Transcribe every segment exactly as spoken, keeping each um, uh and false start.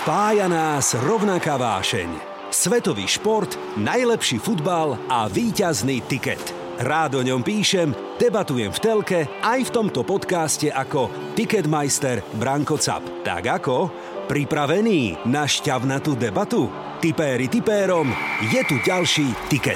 Spája nás rovnaká vášeň. Svetový šport, najlepší futbal a víťazný tiket. Rád o ňom píšem, debatujem v telke aj v tomto podcaste ako Ticketmeister Branko Cap. Tak ako? Pripravený na šťavnatú debatu? Tipéri tipérom, je tu ďalší tiket.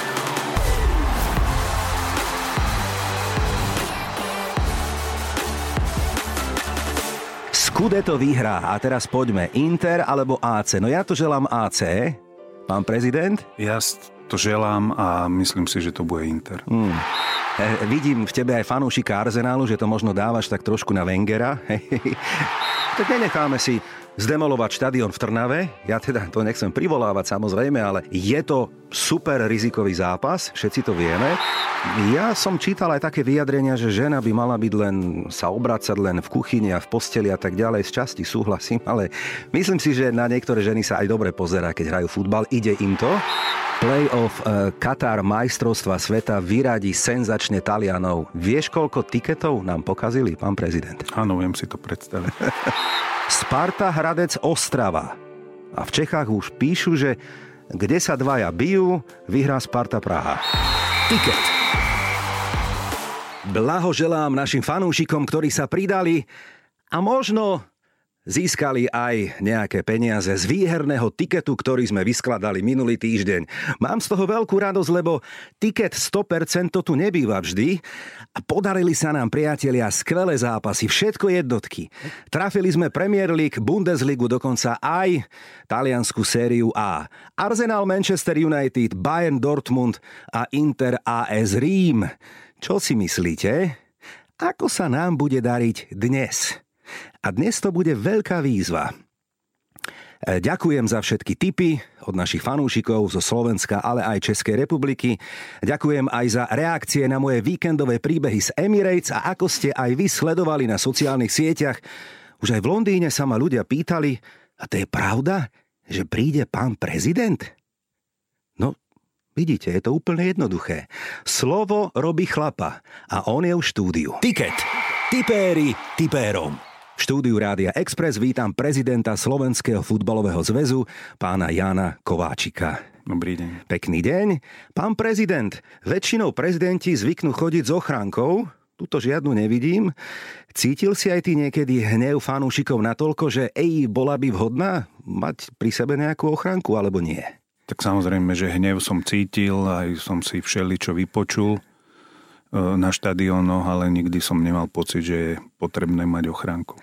Scudetto vyhrá a teraz poďme Inter alebo á cé. No ja to želám á cé, pán prezident. Ja to želám a myslím si, že to bude Inter. Hmm. E, vidím v tebe aj fanúšika Arsenálu, že to možno dávaš tak trošku na Wengera. Tak nenecháme si zdemolovať štadión v Trnave. Ja teda to nechcem privolávať samozrejme, ale je to super rizikový zápas, všetci to vieme. Ja som čítal aj také vyjadrenia, že žena by mala byť len sa obracať len v kuchyni a v posteli a tak ďalej. Z časti súhlasím, ale myslím si, že na niektoré ženy sa aj dobre pozerá, keď hrajú futbal. Ide im to. Play-off Katar majstrovstva sveta vyradí senzačne Talianov. Vieš, koľko tiketov nám pokazili, pán prezident? Áno, viem si to predstaviť. Sparta Hradec Ostrava. A v Čechách už píšu, že kde sa dvaja bijú, vyhrá Sparta Praha. Tiket. Blahoželám našim fanúšikom, ktorí sa pridali a možno získali aj nejaké peniaze z výherného tiketu, ktorý sme vyskladali minulý týždeň. Mám z toho veľkú radosť, lebo tiket sto percent tu nebýva vždy a podarili sa nám, priatelia, skvelé zápasy, všetko jednotky. Trafili sme Premier League, Bundesligu, dokonca aj taliansku sériu A. Arsenal, Manchester United, Bayern Dortmund a Inter á es Rím. Čo si myslíte? Ako sa nám bude dariť dnes? A dnes to bude veľká výzva. Ďakujem za všetky tipy od našich fanúšikov zo Slovenska, ale aj Českej republiky. Ďakujem aj za reakcie na moje víkendové príbehy z Emirates a ako ste aj vy sledovali na sociálnych sieťach. Už aj v Londýne sa ma ľudia pýtali, a to je pravda, že príde pán prezident? No, vidíte, je to úplne jednoduché. Slovo robí chlapa a on je v štúdiu. Tiket. Tipéri tipérom. V štúdiu Rádia Express vítam prezidenta Slovenského futbalového zväzu, pána Jána Kováčika. Dobrý deň. Pekný deň. Pán prezident, väčšinou prezidenti zvyknú chodiť s ochránkou, tuto žiadnu nevidím. Cítil si aj ty niekedy hnev fanúšikov natoľko, že ej, bola by vhodná mať pri sebe nejakú ochránku, alebo nie? Tak samozrejme, že hnev som cítil, aj som si všeličo vypočul na štadiónoch, ale nikdy som nemal pocit, že je potrebné mať ochránku.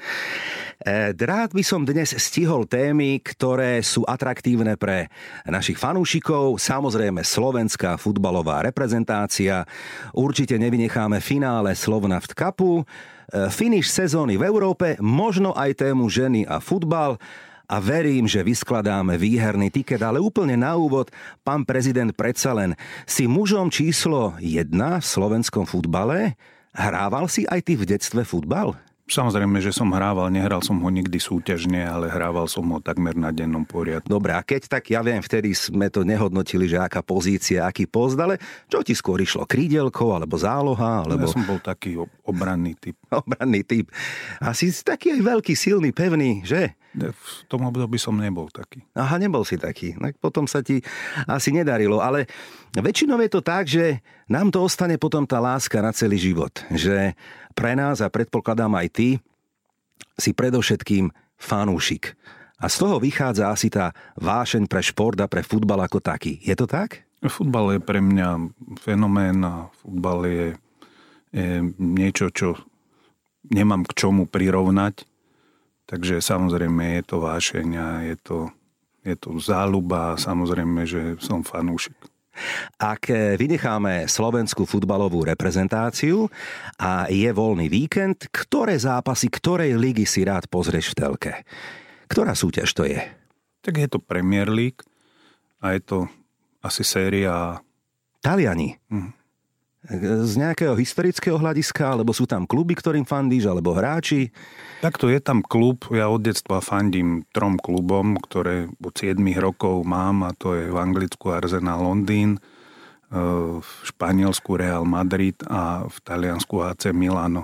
Rád by som dnes stihol témy, ktoré sú atraktívne pre našich fanúšikov. Samozrejme slovenská futbalová reprezentácia. Určite nevynecháme finále Slovnaft Cupu, finish sezóny v Európe, možno aj tému ženy a futbal. A verím, že vyskladáme výherný tiket, ale úplne na úvod, pán prezident, predsa len si mužom číslo jedna v slovenskom futbale. Hrával si aj ty v detstve futbal? Samozrejme, že som hrával, nehral som ho nikdy súťažne, ale hrával som ho takmer na dennom poriadku. Dobre, a keď tak, ja viem, vtedy sme to nehodnotili, že aká pozícia, aký post, ale čo ti skôr išlo, krídelko, alebo záloha, alebo... Ja som bol taký obranný typ. Obranný typ. Asi taký aj veľký, silný, pevný, že? V tom období som nebol taký. Aha, nebol si taký. Tak potom sa ti asi nedarilo, ale väčšinou je to tak, že nám to ostane potom tá láska na celý život. Že pre nás, a predpokladám aj ty, si predovšetkým fanúšik. A z toho vychádza asi tá vášeň pre šport a pre futbal ako taký. Je to tak? Futbal je pre mňa fenomén a futbal je, je niečo, čo nemám k čomu prirovnať. Takže samozrejme je to vášeň a je to, je to záľuba a samozrejme, že som fanúšik. Ak vynecháme slovenskú futbalovú reprezentáciu a je voľný víkend, ktoré zápasy, ktorej ligy si rád pozrieš v telke? Ktorá súťaž to je? Tak je to Premier League a je to asi séria... Taliani? Mhm. Z nejakého historického hľadiska, alebo sú tam kluby, ktorým fandíš, alebo hráči? Takto je tam klub, ja od detstva fandím trom klubom, ktoré od siedmich rokov mám, a to je v Anglicku Arsenal Londýn, v Španielsku Real Madrid a v Taliansku á cé Milano.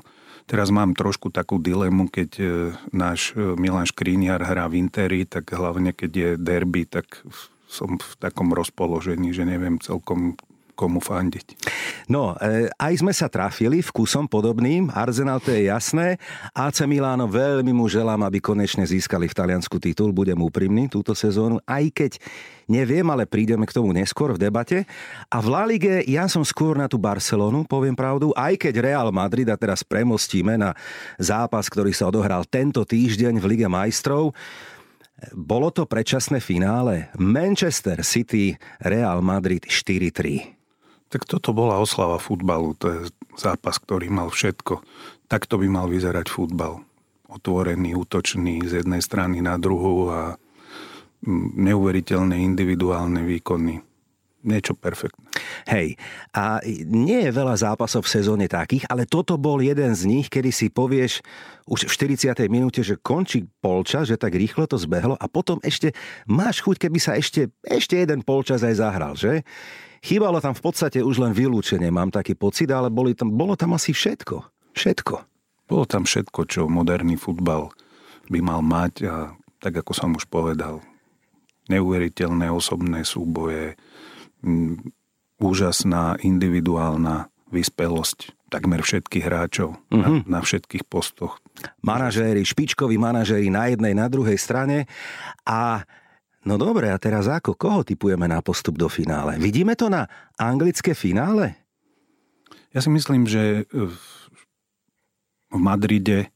Teraz mám trošku takú dilemu, keď náš Milan Škriniar hrá v Interi, tak hlavne keď je derby, tak som v takom rozpoložení, že neviem celkom komu fandiť. No, e, aj sme sa trafili vkusom podobným. Arsenal, to je jasné. á cé Miláno, veľmi mu želám, aby konečne získali v Taliansku titul. Budem úprimný túto sezónu, aj keď neviem, ale prídeme k tomu neskôr v debate. A v La Lige ja som skôr na tú Barcelonu, poviem pravdu, aj keď Real Madrid, a teraz premostíme na zápas, ktorý sa odohral tento týždeň v Lige majstrov. Bolo to predčasné finále. Manchester City, Real Madrid štyri tri. Tak toto bola oslava futbalu. To je zápas, ktorý mal všetko. Takto by mal vyzerať futbal. Otvorený, útočný z jednej strany na druhú a neuveriteľné individuálne výkony. Niečo perfektné. Hej, a nie je veľa zápasov v sezóne takých, ale toto bol jeden z nich, kedy si povieš už v štyridsiatej minúte, že končí polčas, že tak rýchlo to zbehlo a potom ešte máš chuť, keby sa ešte, ešte jeden polčas aj zahral, že? Chýbalo tam v podstate už len vylúčenie, mám taký pocit, ale boli tam, bolo tam asi všetko. Všetko. Bolo tam všetko, čo moderný futbal by mal mať a tak, ako som už povedal, neuveriteľné osobné súboje, m, úžasná individuálna vyspelosť takmer všetkých hráčov mm-hmm. na, na všetkých postoch. Manažéri, špičkoví manažéri na jednej, na druhej strane a no dobre, a teraz ako? Koho tipujeme na postup do finále? Vidíme to na anglické finále? Ja si myslím, že v, v Madride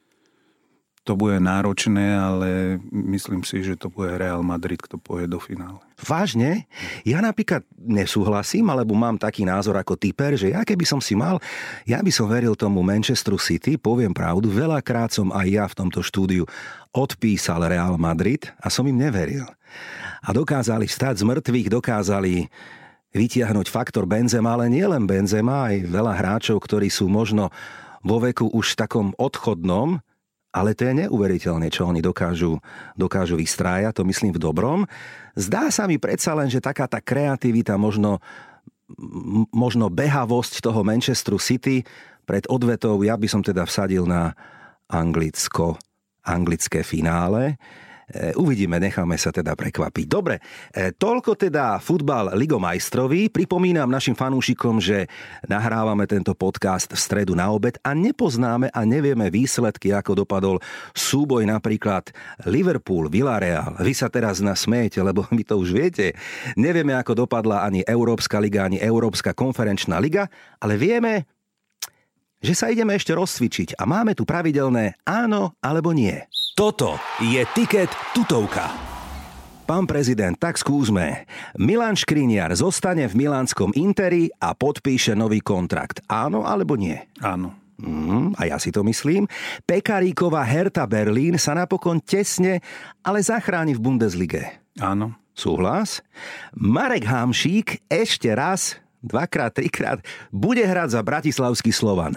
to bude náročné, ale myslím si, že to bude Real Madrid, kto pôjde do finále. Vážne? Ja napríklad nesúhlasím, alebo mám taký názor ako typer, že ja keby som si mal, ja by som veril tomu Manchesteru City, poviem pravdu, veľakrát som aj ja v tomto štúdiu odpísal Real Madrid a som im neveril. A dokázali vstať z mŕtvych, dokázali vytiahnuť faktor Benzema, ale nie len Benzema, aj veľa hráčov, ktorí sú možno vo veku už takom odchodnom, ale to je neuveriteľné, čo oni dokážu, dokážu vystrájať, to myslím v dobrom. Zdá sa mi predsa len, že taká tá kreativita, možno, možno behavosť toho Manchesteru City pred odvetou, ja by som teda vsadil na Anglicko, anglické finále. Uvidíme, necháme sa teda prekvapiť. Dobre, toľko teda futbal Ligomajstroví. Pripomínam našim fanúšikom, že nahrávame tento podcast v stredu na obed a nepoznáme a nevieme výsledky, ako dopadol súboj napríklad Liverpool-Villarreal. Vy sa teraz nasmejete, lebo vy to už viete. Nevieme, ako dopadla ani Európska liga, ani Európska konferenčná liga, ale vieme, že sa ideme ešte rozcvičiť a máme tu pravidelné áno alebo nie. Toto je tiket tutovka. Pán prezident, tak skúsme. Milan Škriniar zostane v milánskom Interi a podpíše nový kontrakt. Áno alebo nie? Áno. Mm, a ja si to myslím. Pekaríková Hertha Berlín sa napokon tesne, ale zachráni v Bundeslige. Áno. Súhlas? Marek Hamšík ešte raz, dvakrát, trikrát bude hrať za bratislavský Slovan.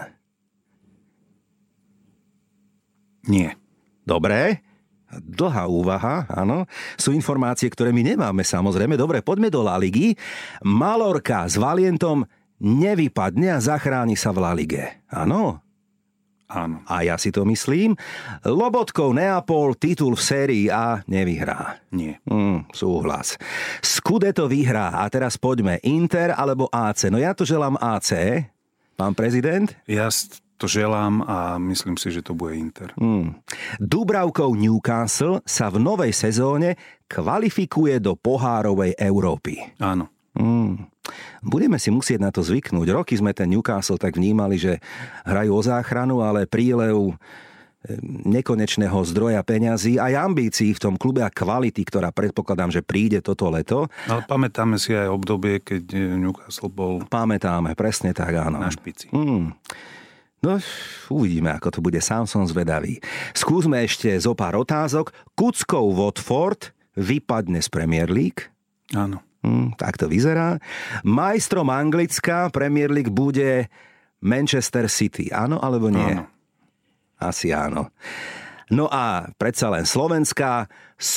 Nie. Dobre, dlhá úvaha, áno. Sú informácie, ktoré my nemáme, samozrejme. Dobre, poďme do La Ligy. Mallorca s Valientom nevypadne a zachráni sa v La Lige. Áno? Áno. A ja si to myslím. Lobotkov Neapol titul v sérii A nevyhrá. Nie. Mm, súhlas. Scudetto vyhrá. A teraz poďme. Inter alebo á cé? No ja to želám á cé. Pán prezident? Ja to želám a myslím si, že to bude Inter. Hmm. Dubravkov Newcastle sa v novej sezóne kvalifikuje do pohárovej Európy. Áno. Hmm. Budeme si musieť na to zvyknúť. Roky sme ten Newcastle tak vnímali, že hrajú o záchranu, ale prílev nekonečného zdroja peňazí aj ambícií v tom klube a kvality, ktorá predpokladám, že príde toto leto. Ale pamätáme si aj obdobie, keď Newcastle bol... Pamätáme, presne tak, áno. Na špici. Hmm. No, uvidíme, ako to bude. Sám som zvedavý. Skúsme ešte zo pár otázok. Kuckov Watford vypadne z Premier League. Áno. Hmm, tak to vyzerá. Majstrom Anglicka Premier League bude Manchester City. Áno alebo nie? Áno. Asi áno. No a predsa len Slovenská.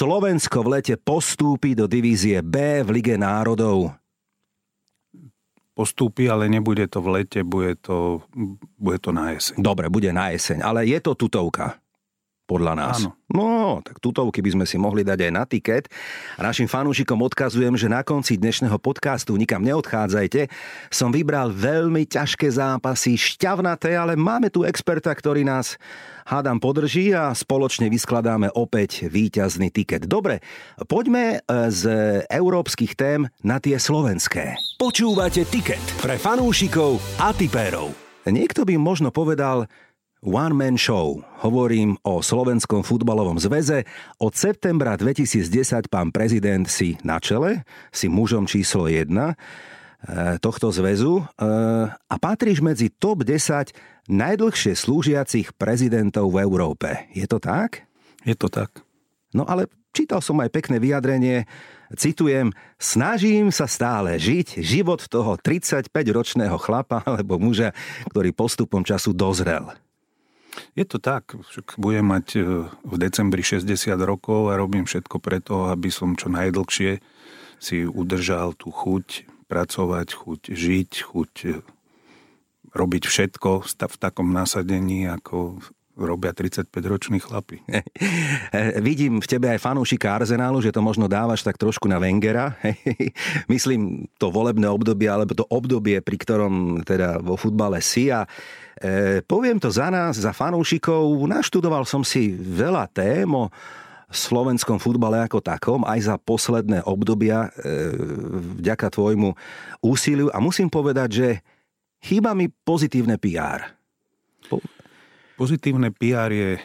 Slovensko v lete postúpi do divízie B v Lige národov. postúpi, ale nebude to v lete, bude to, bude to na jeseň. Dobre, bude na jeseň, ale je to tutovka podľa nás. Áno. No, tak tutovky by sme si mohli dať aj na tiket. A našim fanúšikom odkazujem, že na konci dnešného podcastu, nikam neodchádzajte, som vybral veľmi ťažké zápasy, šťavnaté, ale máme tu experta, ktorý nás, hádam, podrží a spoločne vyskladáme opäť víťazný tiket. Dobre, poďme z európskych tém na tie slovenské. Počúvate Tiket pre fanúšikov a tipérov. Niekto by možno povedal one man show. Hovorím o Slovenskom futbalovom zväze. Od septembra dvetisícdesať pán prezident si na čele, si mužom číslo jedna tohto zväzu a patríš medzi top desať najdlhšie slúžiacich prezidentov v Európe. Je to tak? Je to tak. No ale čítal som aj pekné vyjadrenie, citujem, snažím sa stále žiť život toho tridsaťpäťročného chlapa alebo muža, ktorý postupom času dozrel. Je to tak, budem mať v decembri šesťdesiat rokov a robím všetko preto, aby som čo najdlhšie si udržal tú chuť pracovať, chuť žiť, chuť robiť všetko v takom nasadení, ako robia tridsaťpäťroční chlapi. Vidím v tebe aj fanúšika Arsenálu, že to možno dávaš tak trošku na Wengera. Myslím to volebné obdobie, alebo to obdobie, pri ktorom teda vo futbale si. A e, poviem to za nás, za fanúšikov. Naštudoval som si veľa tém o slovenskom futbale ako takom, aj za posledné obdobia e, vďaka tvojmu úsiliu. A musím povedať, že chýba mi pozitívne pé er. Po... Pozitívne pé er je e,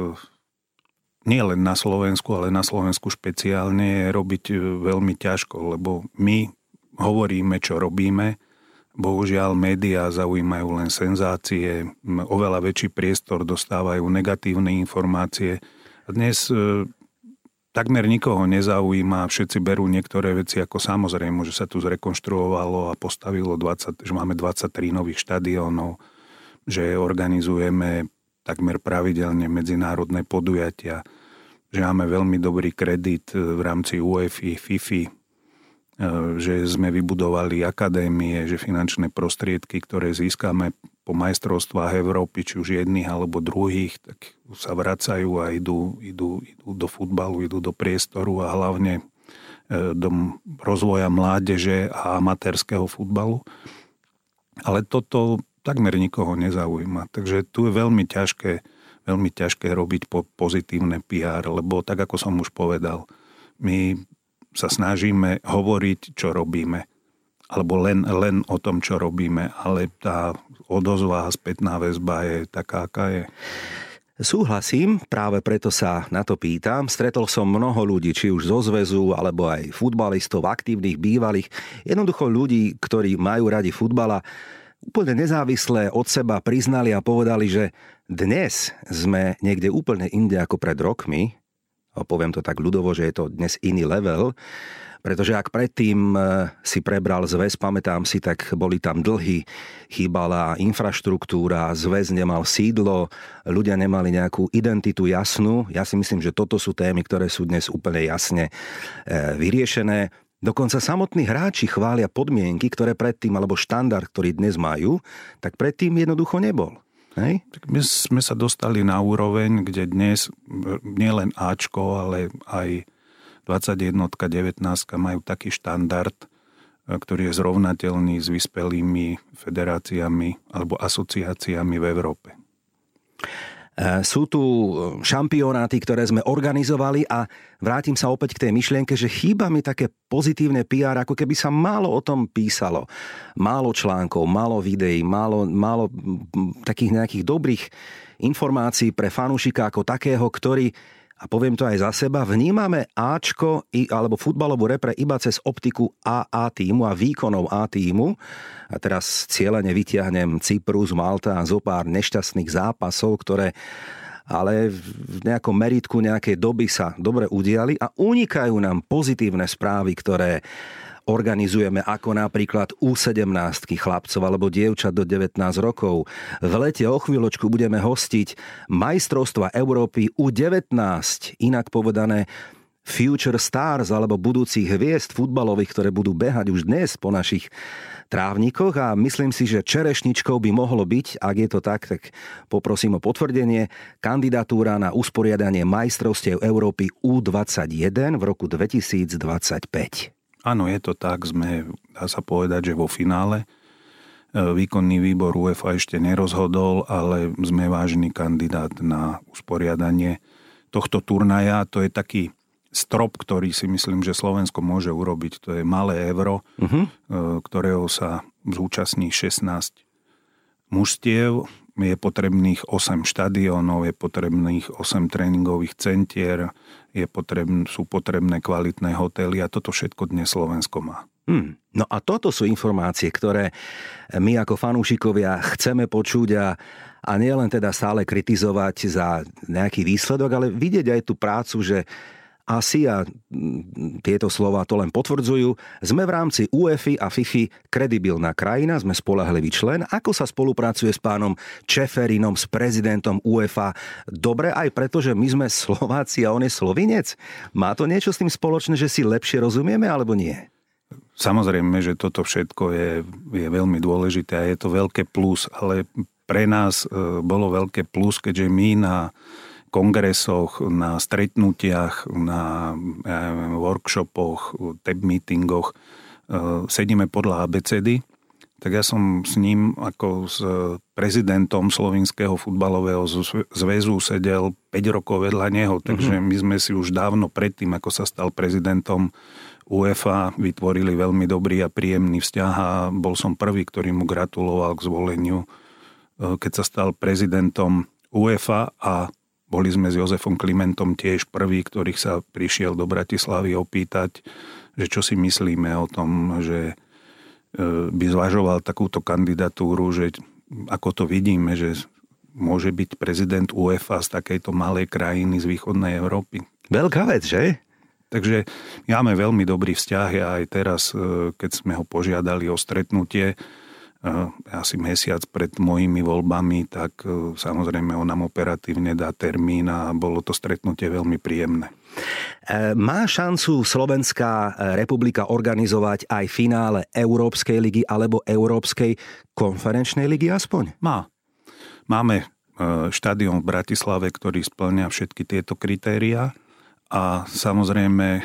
nie len na Slovensku, ale na Slovensku špeciálne je robiť e, veľmi ťažko, lebo my hovoríme, čo robíme. Bohužiaľ, médiá zaujímajú len senzácie, oveľa väčší priestor dostávajú negatívne informácie. A dnes e, takmer nikoho nezaujíma, všetci berú niektoré veci ako samozrejme, že sa tu zrekonštruovalo a postavilo dvadsať, že máme dvadsaťtri nových štadiónov, že organizujeme takmer pravidelne medzinárodné podujatia, že máme veľmi dobrý kredit v rámci UEFA, FIFA, že sme vybudovali akadémie, že finančné prostriedky, ktoré získame po majstrovstvách Európy, či už jedných alebo druhých, tak sa vracajú a idú, idú, idú do futbalu, idú do priestoru a hlavne do rozvoja mládeže a amatérskeho futbalu. Ale toto takmer nikoho nezaujíma. Takže tu je veľmi ťažké, veľmi ťažké robiť po pozitívne pé er, lebo tak, ako som už povedal, my sa snažíme hovoriť, čo robíme. Alebo len, len o tom, čo robíme. Ale tá odozva a spätná väzba je taká, aká je. Súhlasím, práve preto sa na to pýtam. Stretol som mnoho ľudí, či už zo zväzu, alebo aj futbalistov, aktívnych, bývalých. Jednoducho ľudí, ktorí majú radi futbala, úplne nezávisle od seba priznali a povedali, že dnes sme niekde úplne inde ako pred rokmi. A poviem to tak ľudovo, že je to dnes iný level, pretože ak predtým si prebral zväz, pamätám si, tak boli tam dlhy, chýbala infraštruktúra, zväz nemal sídlo, ľudia nemali nejakú identitu jasnú. Ja si myslím, že toto sú témy, ktoré sú dnes úplne jasne vyriešené. Dokonca samotní hráči chvália podmienky, ktoré predtým, alebo štandard, ktorý dnes majú, tak predtým jednoducho nebol. Hej? My sme sa dostali na úroveň, kde dnes nielen Ačko, ale aj dvadsaťjeden, devätnásť majú taký štandard, ktorý je zrovnateľný s vyspelými federáciami alebo asociáciami v Európe. Sú tu šampionáty, ktoré sme organizovali a vrátim sa opäť k tej myšlienke, že chýba mi také pozitívne pé er, ako keby sa málo o tom písalo. Málo článkov, málo videí, málo, málo takých nejakých dobrých informácií pre fanúšika ako takého, ktorý, a poviem to aj za seba, vnímame Ačko alebo futbalovú repre iba cez optiku á á tímu a výkonov á tímu. A teraz cieľene vytiahnem Cyprus, Malta a zo pár nešťastných zápasov, ktoré ale v nejakom meritku nejakej doby sa dobre udiali a unikajú nám pozitívne správy, ktoré organizujeme, ako napríklad ú sedemnásť chlapcov alebo dievčat do devätnásť rokov. V lete o chvíľočku budeme hostiť majstrovstva Európy ú devätnásť, inak povedané future stars alebo budúcich hviezd futbalových, ktoré budú behať už dnes po našich trávnikoch a myslím si, že čerešničkou by mohlo byť, ak je to tak, tak poprosím o potvrdenie, kandidatúra na usporiadanie majstrovstiev Európy ú dvadsaťjeden v roku dvetisícdvadsaťpäť. Áno, je to tak, sme, dá sa povedať, že vo finále. Výkonný výbor UEFA ešte nerozhodol, ale sme vážny kandidát na usporiadanie tohto turnaja. To je taký strop, ktorý si myslím, že Slovensko môže urobiť. To je malé euro, uh-huh. ktorého sa zúčastní šestnásť mužstiev. Je potrebných osem štadiónov, je potrebných osem tréningových centier, je potrebn, sú potrebné kvalitné hotely a toto všetko dnes Slovensko má. Hmm. No a toto sú informácie, ktoré my ako fanúšikovia chceme počuť a, a nie len teda stále kritizovať za nejaký výsledok, ale vidieť aj tú prácu, že asi, a tieto slova to len potvrdzujú, sme v rámci UEFA a FIFA kredibilná krajina, sme spoľahlivý člen. Ako sa spolupracuje s pánom Čeferinom, s prezidentom UEFA? Dobre aj preto, že my sme Slováci a on je Slovinec? Má to niečo s tým spoločné, že si lepšie rozumieme, alebo nie? Samozrejme, že toto všetko je, je veľmi dôležité a je to veľké plus, ale pre nás bolo veľké plus, keďže my na kongresoch, na stretnutiach, na ja neviem, workshopoch, tab meetingoch sedíme podľa abecedy, tak ja som s ním ako s prezidentom Slovinského futbalového zväzu sedel päť rokov vedľa neho, takže my sme si už dávno predtým, ako sa stal prezidentom UEFA, vytvorili veľmi dobrý a príjemný vzťah a bol som prvý, ktorý mu gratuloval k zvoleniu, keď sa stal prezidentom UEFA a boli sme s Jozefom Klimentom tiež prví, ktorých sa prišiel do Bratislavy opýtať, že čo si myslíme o tom, že by zvažoval takúto kandidatúru, že ako to vidíme, že môže byť prezident UEFA z takejto malej krajiny z východnej Európy. Veľká vec, že? Takže máme veľmi dobrý vzťah a aj teraz, keď sme ho požiadali o stretnutie, asi mesiac pred mojimi voľbami, tak samozrejme on nám operatívne dá termín a bolo to stretnutie veľmi príjemné. Má šancu Slovenská republika organizovať aj finále Európskej ligy alebo Európskej konferenčnej ligy aspoň? Má. Máme štadión v Bratislave, ktorý spĺňa všetky tieto kritériá a samozrejme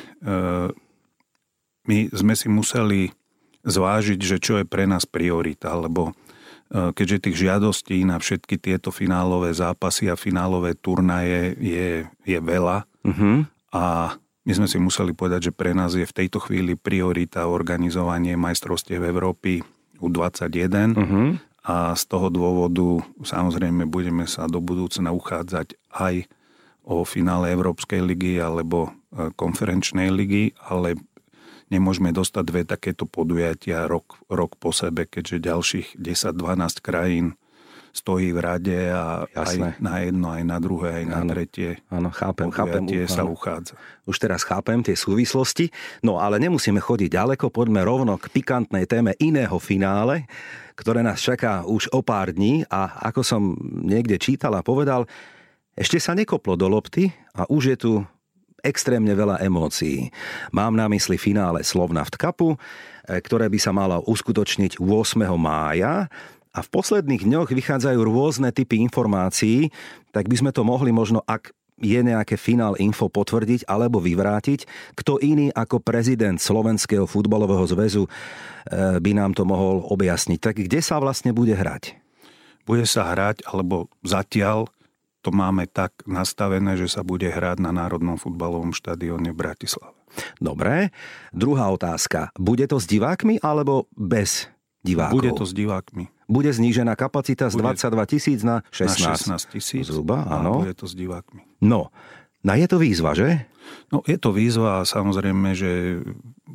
my sme si museli zvážiť, že čo je pre nás priorita, lebo keďže tých žiadostí na všetky tieto finálové zápasy a finálové turnaje je, je veľa uh-huh. a my sme si museli povedať, že pre nás je v tejto chvíli priorita organizovanie majstrovstiev Európy ú dvadsaťjeden uh-huh. a z toho dôvodu samozrejme budeme sa do budúcna uchádzať aj o finále Európskej ligy alebo konferenčnej ligy, ale nemôžeme dostať dve takéto podujatia rok, rok po sebe, keďže ďalších desať dvanásť krajín stojí v rade a Jasné. Aj na jedno, aj na druhé, aj na áno, tretie áno, chápem, chápem, sa áno. uchádza. Už teraz chápem tie súvislosti, no ale nemusíme chodiť ďaleko, poďme rovno k pikantnej téme iného finále, ktoré nás čaká už o pár dní a ako som niekde čítal a povedal, ešte sa nekoplo do lopty a už je tu extrémne veľa emócií. Mám na mysli finále Slovnaft Cupu, ktoré by sa malo uskutočniť ôsmeho mája a v posledných dňoch vychádzajú rôzne typy informácií, tak by sme to mohli možno, ak je nejaké finál info potvrdiť alebo vyvrátiť. Kto iný ako prezident Slovenského futbalového zväzu by nám to mohol objasniť. Tak kde sa vlastne bude hrať? Bude sa hrať, alebo zatiaľ to máme tak nastavené, že sa bude hrať na Národnom futbalovom štadióne v Bratislave. Dobre. Druhá otázka. Bude to s divákmi alebo bez divákov? Bude to s divákmi. Bude znížená kapacita z dvadsaťdva tisíc na šestnásť. Na šestnásť tisíc. Zhruba, áno. Bude to s divákmi. No, no je to výzva, že? No je to výzva a samozrejme, že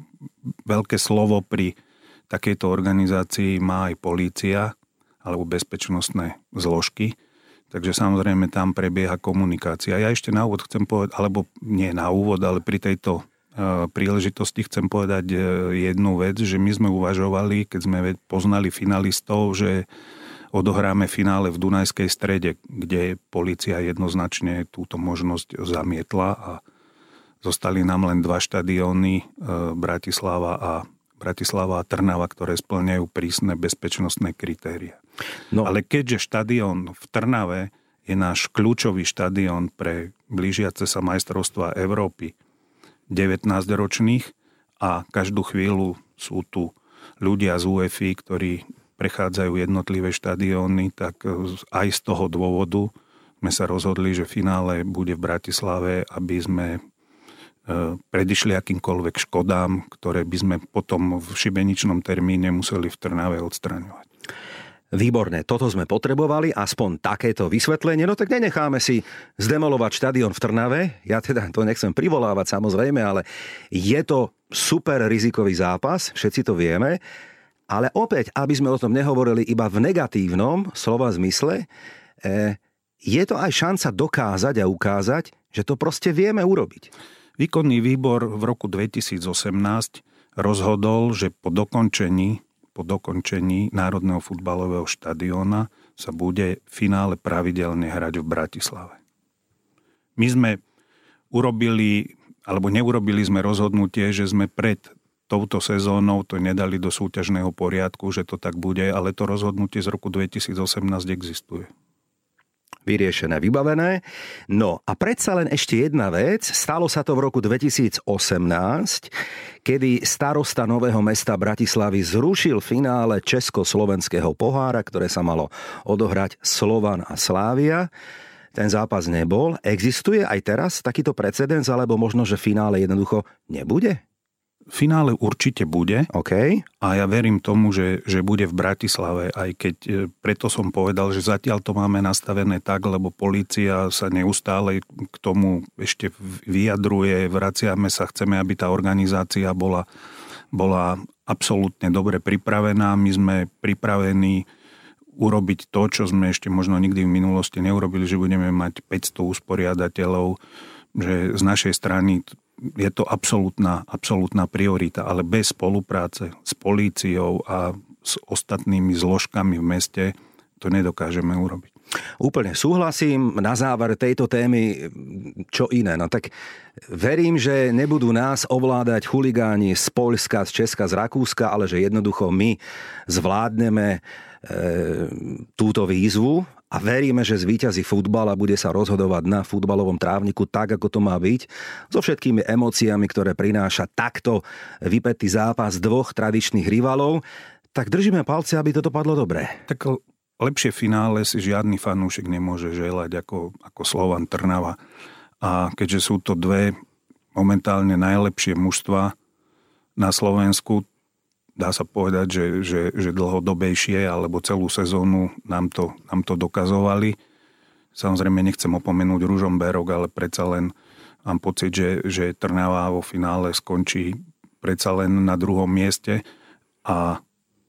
veľké slovo pri takejto organizácii má aj polícia alebo bezpečnostné zložky. Takže samozrejme tam prebieha komunikácia. Ja ešte na úvod chcem povedať, alebo nie na úvod, ale pri tejto uh, príležitosti chcem povedať uh, jednu vec, že my sme uvažovali, keď sme poznali finalistov, že odohráme finále v Dunajskej Strede, kde polícia jednoznačne túto možnosť zamietla a Zostali nám len dva štadióny, Bratislava a, Bratislava a Trnava, ktoré spĺňajú prísne bezpečnostné kritéria. No. Ale keďže štadión v Trnave je náš kľúčový štadión pre blížiace sa majstrovstvá Európy devätnásťročných a každú chvíľu sú tu ľudia z ú ef í, ktorí prechádzajú jednotlivé štadióny, tak aj z toho dôvodu sme sa rozhodli, že finále bude v Bratislave, aby sme predišli akýmkoľvek škodám, ktoré by sme potom v šibeničnom termíne museli v Trnave odstraňovať. Výborné, toto sme potrebovali, aspoň takéto vysvetlenie, no tak nenecháme si zdemolovať štadión v Trnave, ja teda to nechcem privolávať samozrejme, ale je to super rizikový zápas, všetci to vieme, ale opäť, aby sme o tom nehovorili iba v negatívnom slova zmysle, je to aj šanca dokázať a ukázať, že to proste vieme urobiť. Výkonný výbor v roku dvetisícosemnásť rozhodol, že po dokončení, po dokončení Národného futbalového štadióna sa bude finále pravidelne hrať v Bratislave. My sme urobili, alebo neurobili sme rozhodnutie, že sme pred touto sezónou to nedali do súťažného poriadku, že to tak bude, ale to rozhodnutie z roku dvetisícosemnásť existuje. Vyriešené, vybavené. No a predsa len ešte jedna vec. Stalo sa to v roku dvetisícosemnásť, kedy starosta Nového Mesta Bratislavy zrušil finále Československého pohára, ktoré sa malo odohrať Slovan a Slávia. Ten zápas nebol. Existuje aj teraz takýto precedens, alebo možno, že finále jednoducho nebude? Finále určite bude. Okay. A ja verím tomu, že, že bude v Bratislave, aj keď preto som povedal, že zatiaľ to máme nastavené tak, lebo polícia sa neustále k tomu ešte vyjadruje, vraciame sa, chceme, aby tá organizácia bola, bola absolútne dobre pripravená. My sme pripravení urobiť to, čo sme ešte možno nikdy v minulosti neurobili, že budeme mať päťsto usporiadateľov, že z našej strany je to absolútna, absolútna priorita, ale bez spolupráce s políciou a s ostatnými zložkami v meste to nedokážeme urobiť. Úplne súhlasím. Na záver tejto témy čo iné. No tak verím, že nebudú nás ovládať chuligáni z Poľska, z Česka, z Rakúska, ale že jednoducho my zvládneme e, túto výzvu a veríme, že zvíťazí futbal a bude sa rozhodovať na futbalovom trávniku tak, ako to má byť, so všetkými emóciami, ktoré prináša takto vypätý zápas dvoch tradičných rivalov. Tak držíme palce, aby to dopadlo dobre. Tak lepšie finále si žiadny fanúšik nemôže želať ako, ako Slovan Trnava. A keďže sú to dve momentálne najlepšie mužstva na Slovensku, dá sa povedať, že, že, že dlhodobejšie, alebo celú sezónu nám to, nám to dokazovali. Samozrejme nechcem opomenúť Ružomberok, ale predsa len mám pocit, že, že Trnava vo finále skončí predsa len na druhom mieste a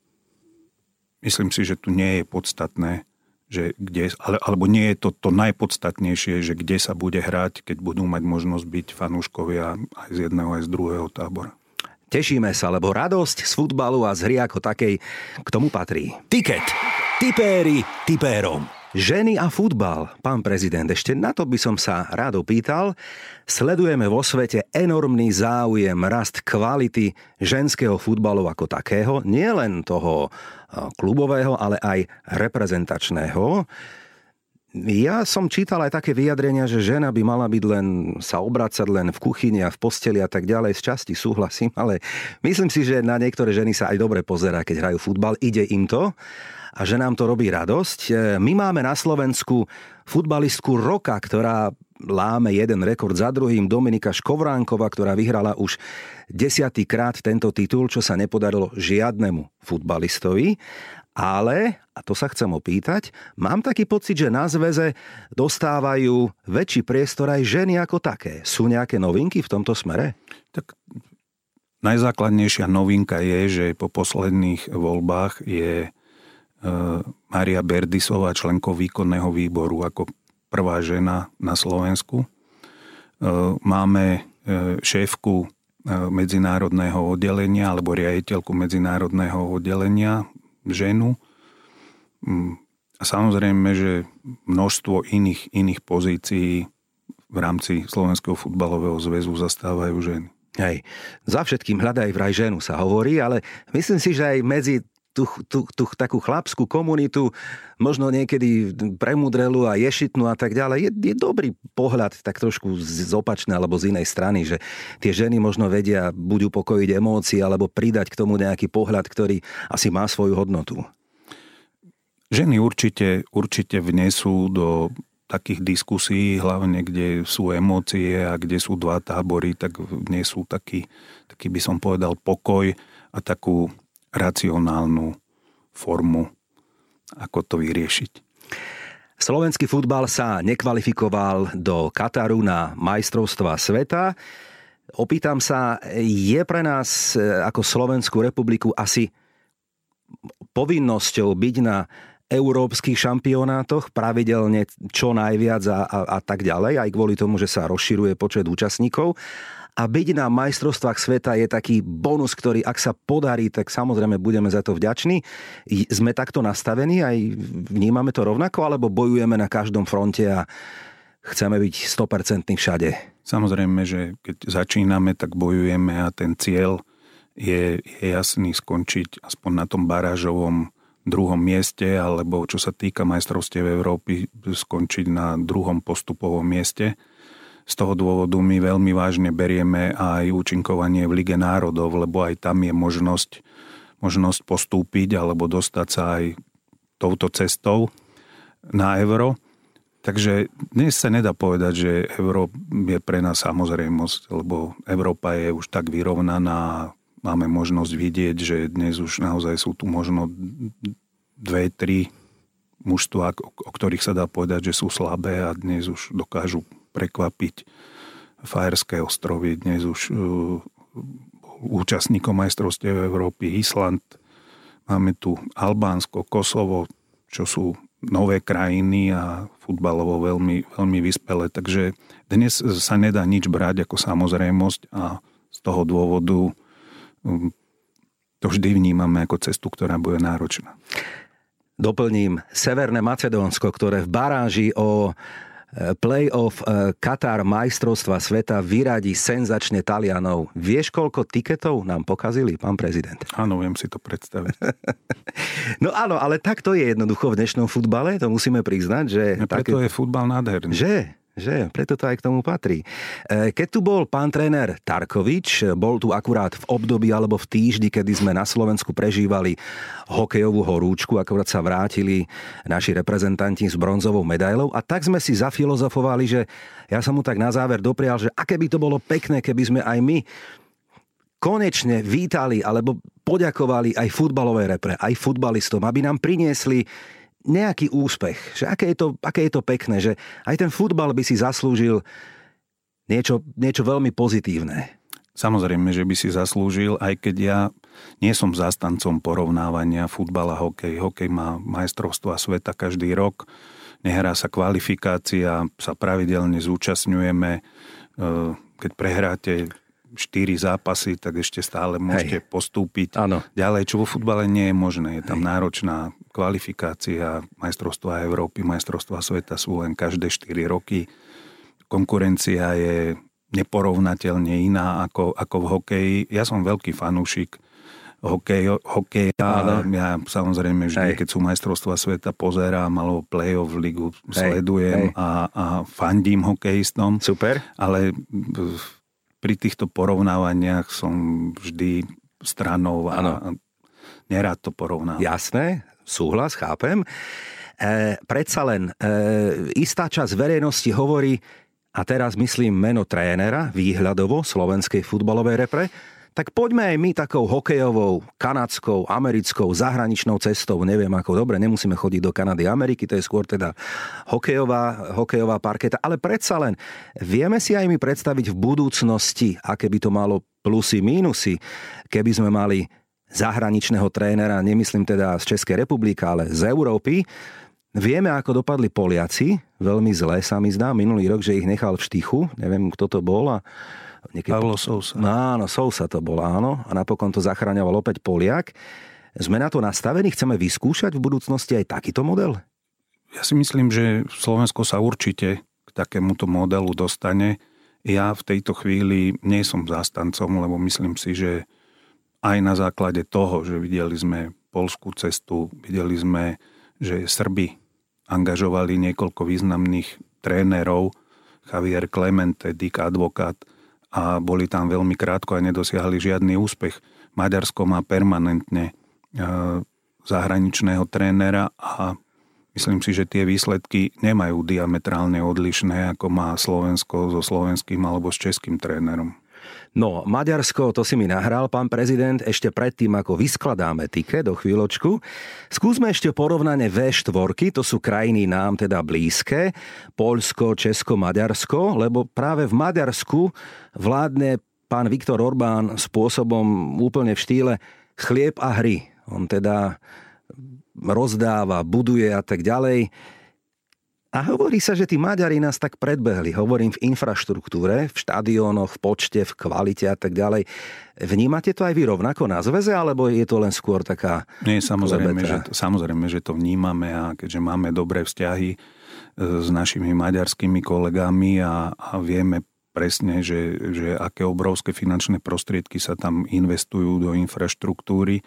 myslím si, že tu nie je podstatné, že kde, ale, alebo nie je to to najpodstatnejšie, že kde sa bude hrať, keď budú mať možnosť byť fanúškovia aj z jedného, aj z druhého tábora. Tešíme sa, lebo radosť z futbalu a z hry ako takej k tomu patrí. Tiket. Tipéri tipérom. Ženy a futbal, pán prezident, ešte na to by som sa rád opýtal. Sledujeme vo svete enormný záujem, rast kvality ženského futbalu ako takého, nie len toho klubového, ale aj reprezentačného. Ja som čítal aj také vyjadrenia, že žena by mala byť len, sa obracať len v kuchyni a v posteli a tak ďalej. Z časti súhlasím, ale myslím si, že na niektoré ženy sa aj dobre pozerá, keď hrajú futbal. Ide im to a že nám to robí radosť. My máme na Slovensku futbalistku roka, ktorá láme jeden rekord za druhým, Dominika Škovránková, ktorá vyhrala už desiatýkrát tento titul, čo sa nepodarilo žiadnemu futbalistovi. Ale, a to sa chcem opýtať, mám taký pocit, že na zväze dostávajú väčší priestor aj ženy ako také. Sú nejaké novinky v tomto smere? Tak najzákladnejšia novinka je, že po posledných voľbách je Mária Berdisová členkou výkonného výboru ako prvá žena na Slovensku. Máme šéfku medzinárodného oddelenia alebo riaditeľku medzinárodného oddelenia ženu. A samozrejme, že množstvo iných, iných pozícií v rámci Slovenského futbalového zväzu zastávajú ženy. Hej, za všetkým hľadaj vraj ženu sa hovorí, ale myslím si, že aj medzi tú, tú, tú takú chlapskú komunitu, možno niekedy premudrelú a ješitnú a tak ďalej, je, je dobrý pohľad tak trošku z opačnej alebo z inej strany, že tie ženy možno vedia buď upokojiť emócie alebo pridať k tomu nejaký pohľad, ktorý asi má svoju hodnotu. Ženy určite, určite vnesú do takých diskusí, hlavne kde sú emócie a kde sú dva tábory, tak nie sú taký, taký by som povedal pokoj a takú racionálnu formu, ako to vyriešiť. Slovenský futbal sa nekvalifikoval do Kataru na majstrovstvá sveta. Opýtam sa, je pre nás ako Slovenskú republiku asi povinnosťou byť na európskych šampionátoch pravidelne čo najviac a, a, a tak ďalej, aj kvôli tomu, že sa rozširuje počet účastníkov. A byť na majstrovstvách sveta je taký bonus, ktorý ak sa podarí, tak samozrejme budeme za to vďační. Sme takto nastavení, aj vnímame to rovnako, alebo bojujeme na každom fronte a chceme byť sto percent všade? Samozrejme, že keď začíname, tak bojujeme a ten cieľ je, je jasný, skončiť aspoň na tom barážovom druhom mieste, alebo čo sa týka majstrovstiev Európy, skončiť na druhom postupovom mieste. Z toho dôvodu my veľmi vážne berieme aj účinkovanie v Lige národov, lebo aj tam je možnosť, možnosť postúpiť alebo dostať sa aj touto cestou na Euro. Takže dnes sa nedá povedať, že Euro je pre nás samozrejmosť, lebo Európa je už tak vyrovnaná. Máme možnosť vidieť, že dnes už naozaj sú tu možno dve, tri mužstvá, o ktorých sa dá povedať, že sú slabé a dnes už dokážu prekvapiť Fajerské ostrovy, dnes už uh, účastníkom majstrovstiev Európy Island. Máme tu Albánsko, Kosovo, čo sú nové krajiny a futbalovo veľmi, veľmi vyspelé. Takže dnes sa nedá nič brať ako samozrejmosť a z toho dôvodu to vždy vnímame ako cestu, ktorá bude náročná. Doplním, Severné Macedónsko, ktoré v baráži o play-off Katar majstrovstva sveta vyradí senzačne Talianov. Vieš, koľko tiketov nám pokazili, pán prezident? Áno, viem si to predstaviť. No áno, ale tak to je jednoducho v dnešnom futbale, to musíme priznať, že... Ja, preto také... je futbal nádherný. Že? Že, preto to aj k tomu patrí. Keď tu bol pán tréner Tarkovič, bol tu akurát v období alebo v týždni, kedy sme na Slovensku prežívali hokejovú horúčku, akurát sa vrátili naši reprezentanti s bronzovou medailou a tak sme si zafilozofovali, že ja som mu tak na záver doprial, že aké by to bolo pekné, keby sme aj my konečne vítali alebo poďakovali aj futbalové repre, aj futbalistom, aby nám priniesli nejaký úspech, že aké je to, aké je to pekné, že aj ten futbal by si zaslúžil niečo, niečo veľmi pozitívne. Samozrejme, že by si zaslúžil, aj keď ja nie som zástancom porovnávania futbal a hokej. Hokej má majstrovstvá sveta každý rok, nehrá sa kvalifikácia, sa pravidelne zúčastňujeme. Keď prehráte štyri zápasy, tak ešte stále môžete Hej. postúpiť Áno. ďalej, čo vo futbale nie je možné. Je tam Hej. náročná kvalifikácia, majstrovstvá Európy, majstrovstvá sveta sú len každé štyri roky. Konkurencia je neporovnateľne iná ako, ako v hokeji. Ja som veľký fanúšik hokej, hokeja. Ja samozrejme vždy, Hej. keď sú majstrovstvá sveta, pozerám, alebo play-off ligu Hej. sledujem Hej. A, a fandím hokejistom. Super. Ale pri týchto porovnávaniach som vždy stranou a ano. nerád to porovnávam. Jasné, súhlas, chápem. E, predsa len e, istá časť verejnosti hovorí, a teraz myslím meno trénera, výhľadovo slovenskej futbalovej repre, tak poďme aj my takou hokejovou, kanadskou, americkou, zahraničnou cestou. Neviem ako, dobre, nemusíme chodiť do Kanady, Ameriky, to je skôr teda hokejová, hokejová parketa. Ale predsa len, vieme si aj my predstaviť v budúcnosti, aké by to malo plusy, mínusy, keby sme mali zahraničného trénera, nemyslím teda z Českej republiky, ale z Európy. Vieme, ako dopadli Poliaci, veľmi zle sa mi zdá, minulý rok, že ich nechal v štychu, neviem, kto to bol a Niekedy... Pavlo Sousa. Áno, Sousa to bol, áno. A napokon to zachraňoval opäť Poliak. Sme na to nastavení? Chceme vyskúšať v budúcnosti aj takýto model? Ja si myslím, že Slovensko sa určite k k takémuto modelu dostane. Ja v tejto chvíli nie som zástancom, lebo myslím si, že aj na základe toho, že videli sme poľskú cestu, videli sme, že Srbi angažovali niekoľko významných trénerov, Javier Clemente, Dick Advokat, a boli tam veľmi krátko a nedosiahli žiadny úspech. Maďarsko má permanentne zahraničného trénera a myslím si, že tie výsledky nemajú diametrálne odlišné, ako má Slovensko so slovenským alebo s českým trénerom. No, Maďarsko, to si mi nahral, pán prezident, ešte predtým, ako vyskladáme tiket do chvíľočku. Skúsme ešte porovnanie vé štyri, to sú krajiny nám teda blízke, Poľsko, Česko, Maďarsko, lebo práve v Maďarsku vládne pán Viktor Orbán spôsobom úplne v štýle chlieb a hry. On teda rozdáva, buduje a tak ďalej. A hovorí sa, že tí Maďari nás tak predbehli. Hovorím v infraštruktúre, v štadiónoch, v počte, v kvalite a tak ďalej. Vnímate to aj vy rovnako na zväze, alebo je to len skôr taká... Nie, samozrejme, že to, samozrejme, že to vnímame a keďže máme dobré vzťahy s našimi maďarskými kolegami a, a vieme presne, že, že aké obrovské finančné prostriedky sa tam investujú do infraštruktúry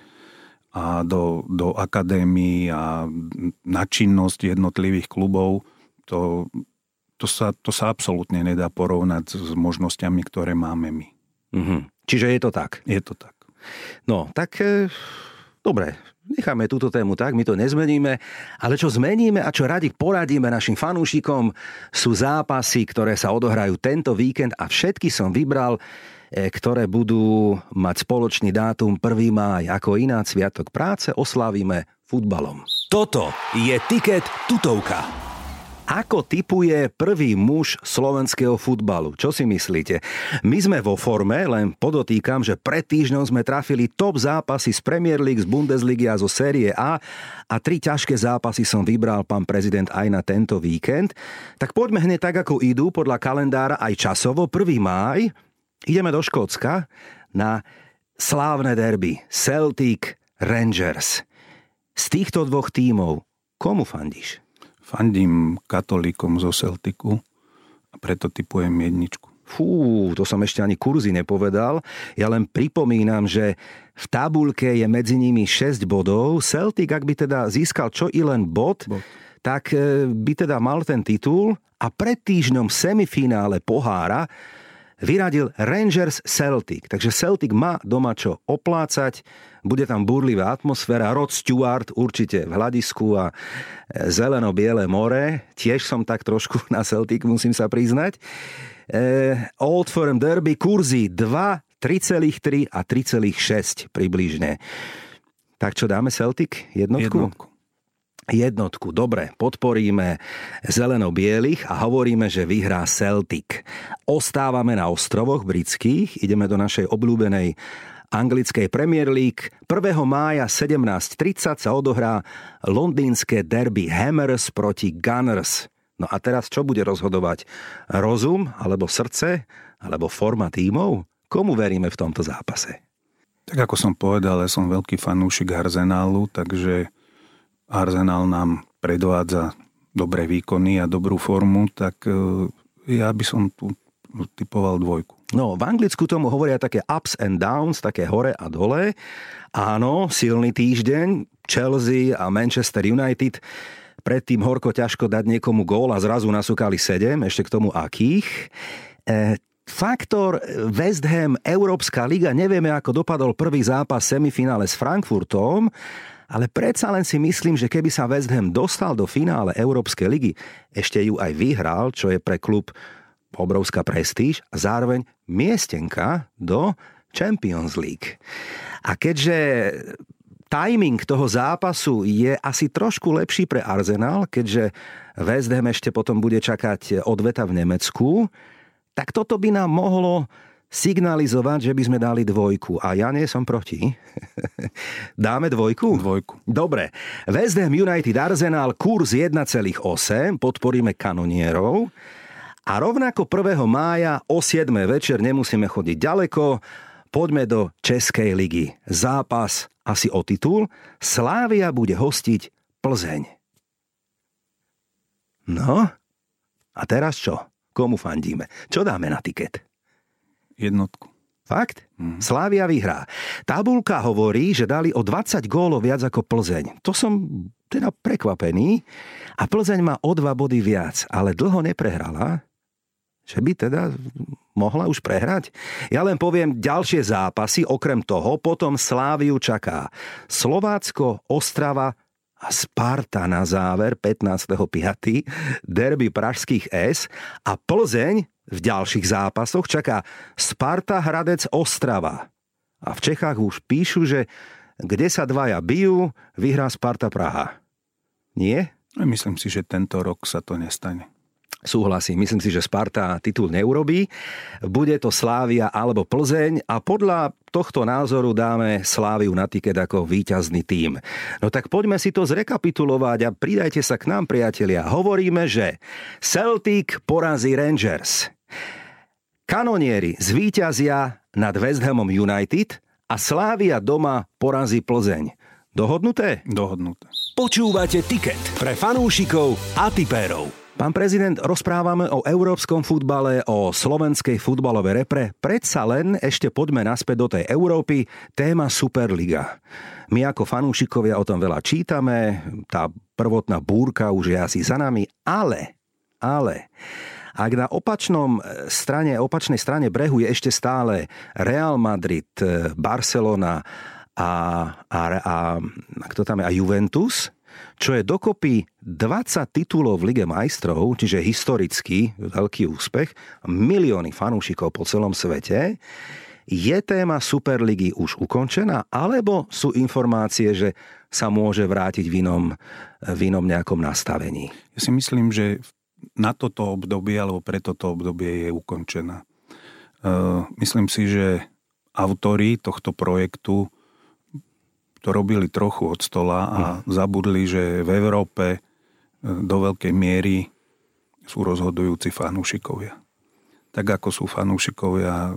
a do, do akadémií a na činnosť jednotlivých klubov, to, to, sa, to sa absolútne nedá porovnať s možnosťami, ktoré máme my. Mm-hmm. Čiže je to tak? Je to tak. No, tak e, dobre, necháme túto tému tak, my to nezmeníme, ale čo zmeníme a čo radi poradíme našim fanúšikom, sú zápasy, ktoré sa odohrajú tento víkend a všetky som vybral, ktoré budú mať spoločný dátum prvého mája. Ako ináč sviatok práce oslávime futbalom. Toto je Tiket tutovka. Ako tipuje prvý muž slovenského futbalu? Čo si myslíte? My sme vo forme, len podotýkam, že pred týždňom sme trafili top zápasy z Premier League, z Bundesligy a zo série A a tri ťažké zápasy som vybral, pán prezident, aj na tento víkend. Tak poďme hneď tak, ako idú podľa kalendára aj časovo. prvého mája ideme do Škótska na slávne derby Celtic Rangers. Z týchto dvoch tímov komu fandíš? Fandím katolíkom zo Celticu a preto tipujem jedničku. Fú, to som ešte ani kurzy nepovedal. Ja len pripomínam, že v tabuľke je medzi nimi šesť bodov. Celtic, ak by teda získal čo i len bod, bod. tak by teda mal ten titul a pred týždňom v semifinále pohára vyradil Rangers Celtic. Takže Celtic má doma čo oplácať, bude tam burlivá atmosféra, Rod Stewart určite v hľadisku a zeleno-biele more. Tiež som tak trošku na Celtic, musím sa priznať. E, Old Firm Derby, kurzy dva, tri celé tri a tri celé šesť približne. Tak čo dáme Celtic? Jednotku? Jednotku. Jednotku, dobre, podporíme zeleno-bielých a hovoríme, že vyhrá Celtic. Ostávame na ostrovoch britských, ideme do našej obľúbenej anglickej Premier League. prvého mája sedemnásť tridsať sa odohrá londýnske derby Hammers proti Gunners. No a teraz čo bude rozhodovať? Rozum, alebo srdce, alebo forma tímov? Komu veríme v tomto zápase? Tak ako som povedal, ja som veľký fanúšik Arsenalu, takže Arsenal nám predvádza dobré výkony a dobrú formu, tak ja by som tu typoval dvojku. No, v Anglicku tomu hovoria také ups and downs, také hore a dole. Áno, silný týždeň, Chelsea a Manchester United predtým horko ťažko dať niekomu gól a zrazu nasúkali sedem, ešte k tomu akých. E, faktor West Ham, Európska liga, nevieme, ako dopadol prvý zápas semifinále s Frankfurtom, ale predsa len si myslím, že keby sa West Ham dostal do finále Európskej ligy, ešte ju aj vyhral, čo je pre klub obrovská prestíž a zároveň miestenka do Champions League. A keďže timing toho zápasu je asi trošku lepší pre Arsenal, keďže West Ham ešte potom bude čakať odveta v Nemecku, tak toto by nám mohlo signalizovať, že by sme dali dvojku. A ja nie som proti. Dáme dvojku? Dvojku. Dobre. West Ham United Arsenal, kurz jeden celá osem, podporíme kanonierov. A rovnako prvého mája o siedmej večer, nemusíme chodiť ďaleko, poďme do Českej ligy. Zápas asi o titul. Slavia bude hostiť Plzeň. No, A teraz čo? Komu fandíme? Čo dáme na tiket? Jednotku. Fakt? Mm. Slávia vyhrá. Tabulka hovorí, že dali o dvadsať gólov viac ako Plzeň. To som teda prekvapený. A Plzeň má o dva body viac, ale dlho neprehrala. Že by teda mohla už prehrať? Ja len poviem ďalšie zápasy, okrem toho, potom Sláviu čaká Slovácko, Ostrava a Sparta na záver pätnásteho piateho derby pražských es a Plzeň v ďalších zápasoch čaká Sparta, Hradec, Ostrava. A v Čechách už píšu, že kde sa dvaja bijú, vyhrá Sparta Praha. Nie? Myslím si, že tento rok sa to nestane. Súhlasím, myslím si, že Sparta titul neurobí. Bude to Slávia alebo Plzeň a podľa tohto názoru dáme Sláviu na tiket ako víťazný tím. No tak poďme si to zrekapitulovať a pridajte sa k nám, priatelia. Hovoríme, že Celtic porazí Rangers. Kanonieri zvíťazia nad West Hamom United a Slávia doma porazí Plzeň. Dohodnuté? Dohodnuté. Počúvate Tiket pre fanúšikov a tipérov. Pán prezident, rozprávame o európskom futbale, o slovenskej futbalovej repre. Predsa len ešte poďme naspäť do tej Európy. Téma Superliga. My ako fanúšikovia o tom veľa čítame, tá prvotná búrka už je asi za nami, ale, ale, ak na opačnom strane, opačnej strane brehu je ešte stále Real Madrid, Barcelona a, a, a, a kto tam je, a Juventus, čo je dokopy dvadsať titulov v Lige majstrov, čiže historický veľký úspech, milióny fanúšikov po celom svete. Je téma Superligy už ukončená, alebo sú informácie, že sa môže vrátiť v inom, v inom nejakom nastavení? Ja si myslím, že na toto obdobie, alebo pre toto obdobie je ukončená. Uh, myslím si, že autori tohto projektu to robili trochu od stola a zabudli, že v Európe do veľkej miery sú rozhodujúci fanúšikovia. Tak ako sú fanúšikovia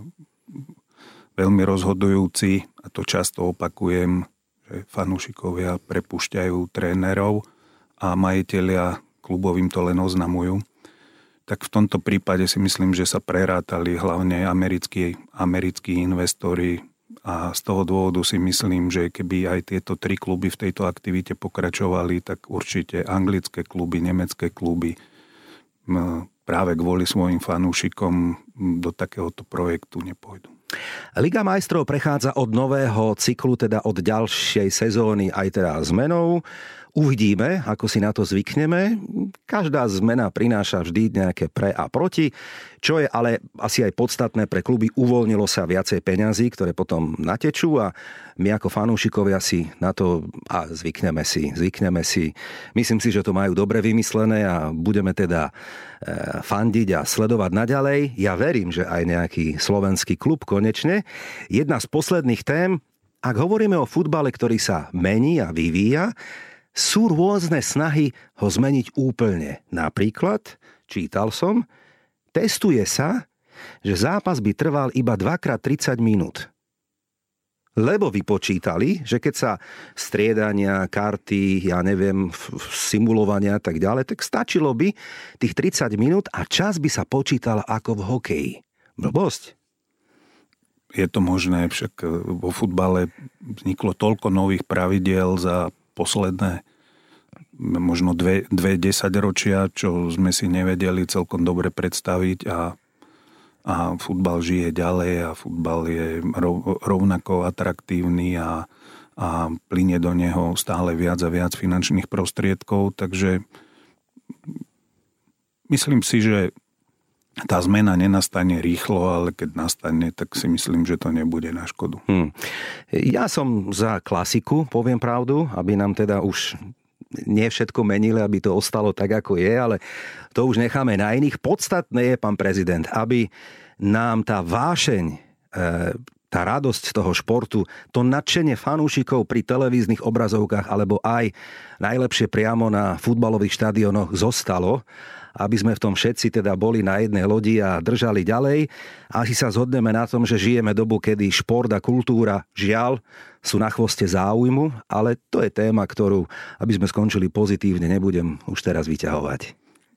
veľmi rozhodujúci, a to často opakujem, že fanúšikovia prepúšťajú trénerov a majitelia klubov im to len oznamujú, tak v tomto prípade si myslím, že sa prerátali hlavne americkí, americkí investori. A z toho dôvodu si myslím, že keby aj tieto tri kluby v tejto aktivite pokračovali, tak určite anglické kluby, nemecké kluby práve kvôli svojim fanúšikom do takéhoto projektu nepôjdu. Liga majstrov prechádza od nového cyklu, teda od ďalšej sezóny aj teda zmenou. Uvidíme, ako si na to zvykneme. Každá zmena prináša vždy nejaké pre a proti, čo je ale asi aj podstatné pre kluby. Uvoľnilo sa viacej peňazí, ktoré potom natečú a my ako fanúšikovia si na to a zvykneme si, zvykneme si. Myslím si, že to majú dobre vymyslené a budeme teda fandiť a sledovať naďalej. Ja verím, že aj nejaký slovenský klub konečne. Jedna z posledných tém, ak hovoríme o futbale, ktorý sa mení a vyvíja, sú rôzne snahy ho zmeniť úplne. Napríklad, čítal som, testuje sa, že zápas by trval iba dvakrát tridsať minút. Lebo vypočítali, že keď sa striedania, karty, ja neviem, simulovania a tak ďalej, tak stačilo by tých tridsať minút a čas by sa počítal ako v hokeji. Blbosť. Je to možné, však vo futbale vzniklo toľko nových pravidiel za posledné možno dve, dve desaťročia, čo sme si nevedeli celkom dobre predstaviť a, a futbal žije ďalej a futbal je rov, rovnako atraktívny a, a plynie do neho stále viac a viac finančných prostriedkov, takže myslím si, že tá zmena nenastane rýchlo, ale keď nastane, tak si myslím, že to nebude na škodu. Hmm. Ja som za klasiku, poviem pravdu, aby nám teda už nie všetko menili, aby to ostalo tak, ako je, ale to už necháme na iných. Podstatné je, pán prezident, aby nám tá vášeň, tá radosť z toho športu, to nadšenie fanúšikov pri televíznych obrazovkách alebo aj najlepšie priamo na futbalových štadiónoch zostalo, aby sme v tom všetci teda boli na jednej lodi a držali ďalej. Asi sa zhodneme na tom, že žijeme dobu, kedy šport a kultúra, žiaľ, sú na chvoste záujmu, ale to je téma, ktorú, aby sme skončili pozitívne, nebudem už teraz vyťahovať.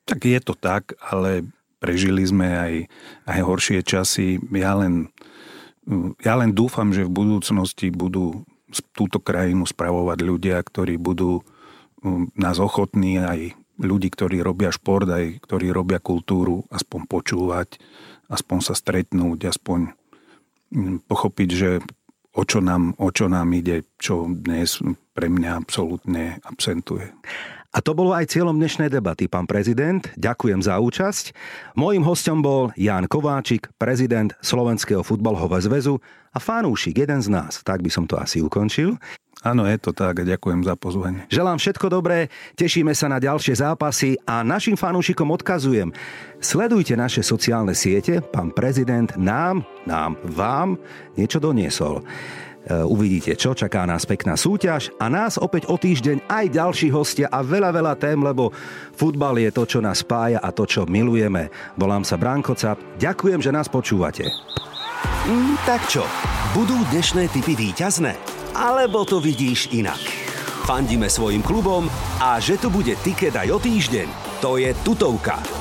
Tak je to tak, ale prežili sme aj, aj horšie časy. Ja len, ja len dúfam, že v budúcnosti budú túto krajinu spravovať ľudia, ktorí budú nás ochotní, aj ľudí, ktorí robia šport, aj ktorí robia kultúru, aspoň počúvať, aspoň sa stretnúť, aspoň pochopiť, že o čo nám, o čo nám ide, čo dnes pre mňa absolútne absentuje. A to bolo aj cieľom dnešnej debaty, pán prezident. Ďakujem za účasť. Mojím hosťom bol Ján Kováčik, prezident Slovenského futbalového zväzu a fanúšik, jeden z nás. Tak by som to asi ukončil. Áno, je to tak a ďakujem za pozvanie. Želám všetko dobré, tešíme sa na ďalšie zápasy a našim fanúšikom odkazujem. Sledujte naše sociálne siete, pán prezident nám, nám, vám niečo doniesol. Uvidíte, čo čaká nás pekná súťaž a nás opäť o týždeň aj ďalší hostia a veľa, veľa tém, lebo futbal je to, čo nás spája a to, čo milujeme. Volám sa Branko Cap. Ďakujem, že nás počúvate. Mm, tak čo, budú dnešné tipy víťazné? Alebo to vidíš inak? Fandíme svojim klubom a že tu bude tiket aj o týždeň, to je tutovka.